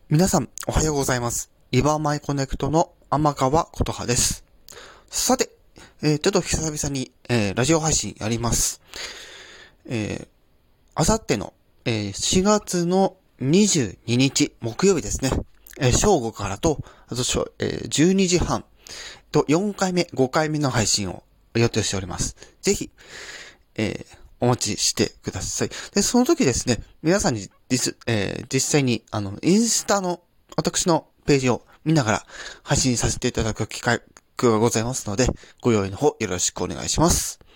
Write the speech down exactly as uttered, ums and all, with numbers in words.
皆さん、おはようございます。リバーマイコネクトの天川琴葉です。さて、えー、ちょっと久々に、えー、ラジオ配信やります。えー、あさっての、えー、しがつのにじゅうににち、木曜日ですね。えー、正午からと、あと、えー、じゅうにじはんとよんかいめ、ごかいめの配信を予定しております。ぜひ、えー、お待ちしてください。で、その時ですね、皆さんに実、えー、実際に、あの、インスタの、私のページを見ながら配信させていただく機会がございますので、ご用意の方よろしくお願いします。